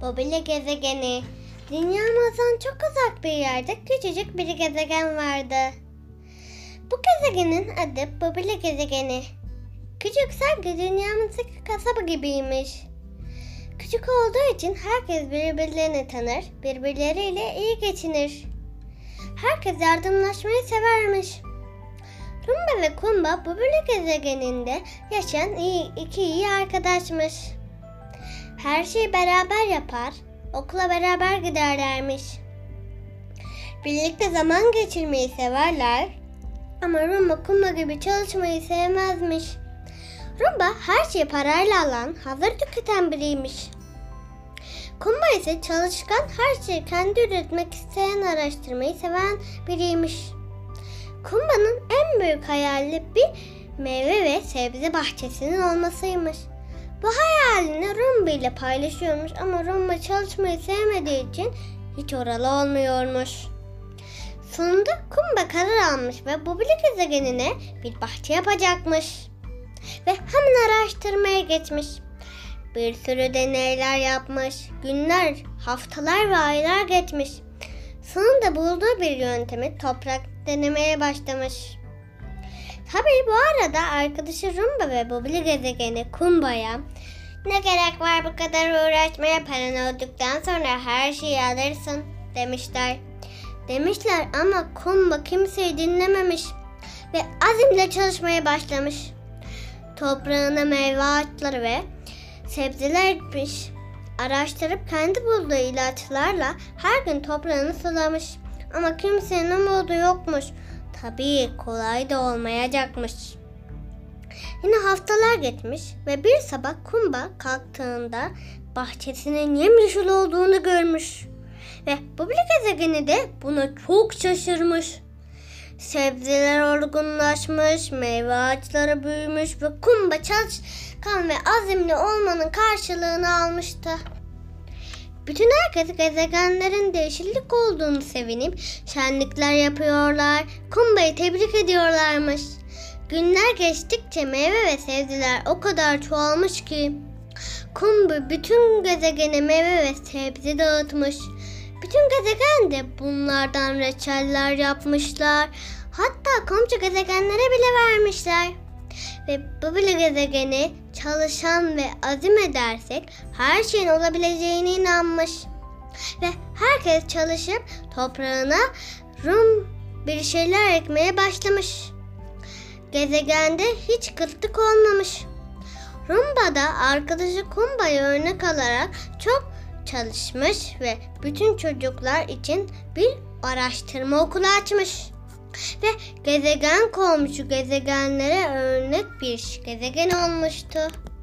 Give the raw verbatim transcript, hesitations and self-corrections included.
Bobile gezegeni. Dünyamızdan çok uzak bir yerde küçücük bir gezegen vardı. Bu gezegenin adı Bobile gezegeni. Küçük sanki dünyamızdaki kasaba gibiymiş. Küçük olduğu için herkes birbirlerini tanır, birbirleriyle iyi geçinir. Herkes yardımlaşmayı severmiş. Rumba ve Kumba Bobile gezegeninde yaşayan iyi, iki iyi arkadaşmış. Her şeyi beraber yapar, okula beraber giderlermiş. Birlikte zaman geçirmeyi severler ama Rumba Kumba gibi çalışmayı sevmezmiş. Rumba her şeyi parayla alan, hazır tüketen biriymiş. Kumba ise çalışkan, her şeyi kendi üretmek isteyen, araştırmayı seven biriymiş. Kumba'nın en büyük hayali bir meyve ve sebze bahçesinin olmasıymış. Bu hayalini Rumba ile paylaşıyormuş ama Rumba çalışmayı sevmediği için hiç oralı olmuyormuş. Sonunda Kumba karar almış ve Bobile gezegenine bir bahçe yapacakmış. Ve hemen araştırmaya geçmiş. Bir sürü deneyler yapmış. Günler, haftalar ve aylar geçmiş. Sonunda bulduğu bir yöntemi toprak denemeye başlamış. Tabii bu arada arkadaşı Rumba ve Bobile gezegeni Kumba'ya "Ne gerek var bu kadar uğraşmaya, paran olduktan sonra her şeyi alırsın" demişler. Demişler ama Kumba kimseyi dinlememiş ve azimle çalışmaya başlamış. Toprağına meyve ağaçları ve sebzeler ekmiş. Araştırıp kendi bulduğu ilaçlarla her gün toprağını sulamış. Ama kimsenin umudu yokmuş. Tabii kolay da olmayacakmış. Yine haftalar geçmiş ve bir sabah Kumba kalktığında bahçesinin yemyeşil olduğunu görmüş. Ve Bobile gezegeni de buna çok şaşırmış. Sebzeler olgunlaşmış, meyve ağaçları büyümüş ve Kumba çalışkan ve azimli olmanın karşılığını almıştı. Bütün herkes gezegenlerin değişiklik olduğunu sevinip şenlikler yapıyorlar, Kumba'yı tebrik ediyorlarmış. Günler geçtikçe meyve ve sebzeler o kadar çoğalmış ki Kumba bütün gezegene meyve ve sebze dağıtmış. Bütün gezegen de bunlardan reçeller yapmışlar. Hatta komşu gezegenlere bile vermişler. Ve Bobile gezegeni çalışan ve azim edersek her şeyin olabileceğine inanmış. Ve herkes çalışıp toprağına Rum bir şeyler ekmeye başlamış. Gezegende hiç kıtlık olmamış. Rumba da arkadaşı Kumba'yı örnek alarak çok çalışmış ve bütün çocuklar için bir araştırma okulu açmış. Ve gezegen komşu gezegenlere örnek bir gezegen olmuştu.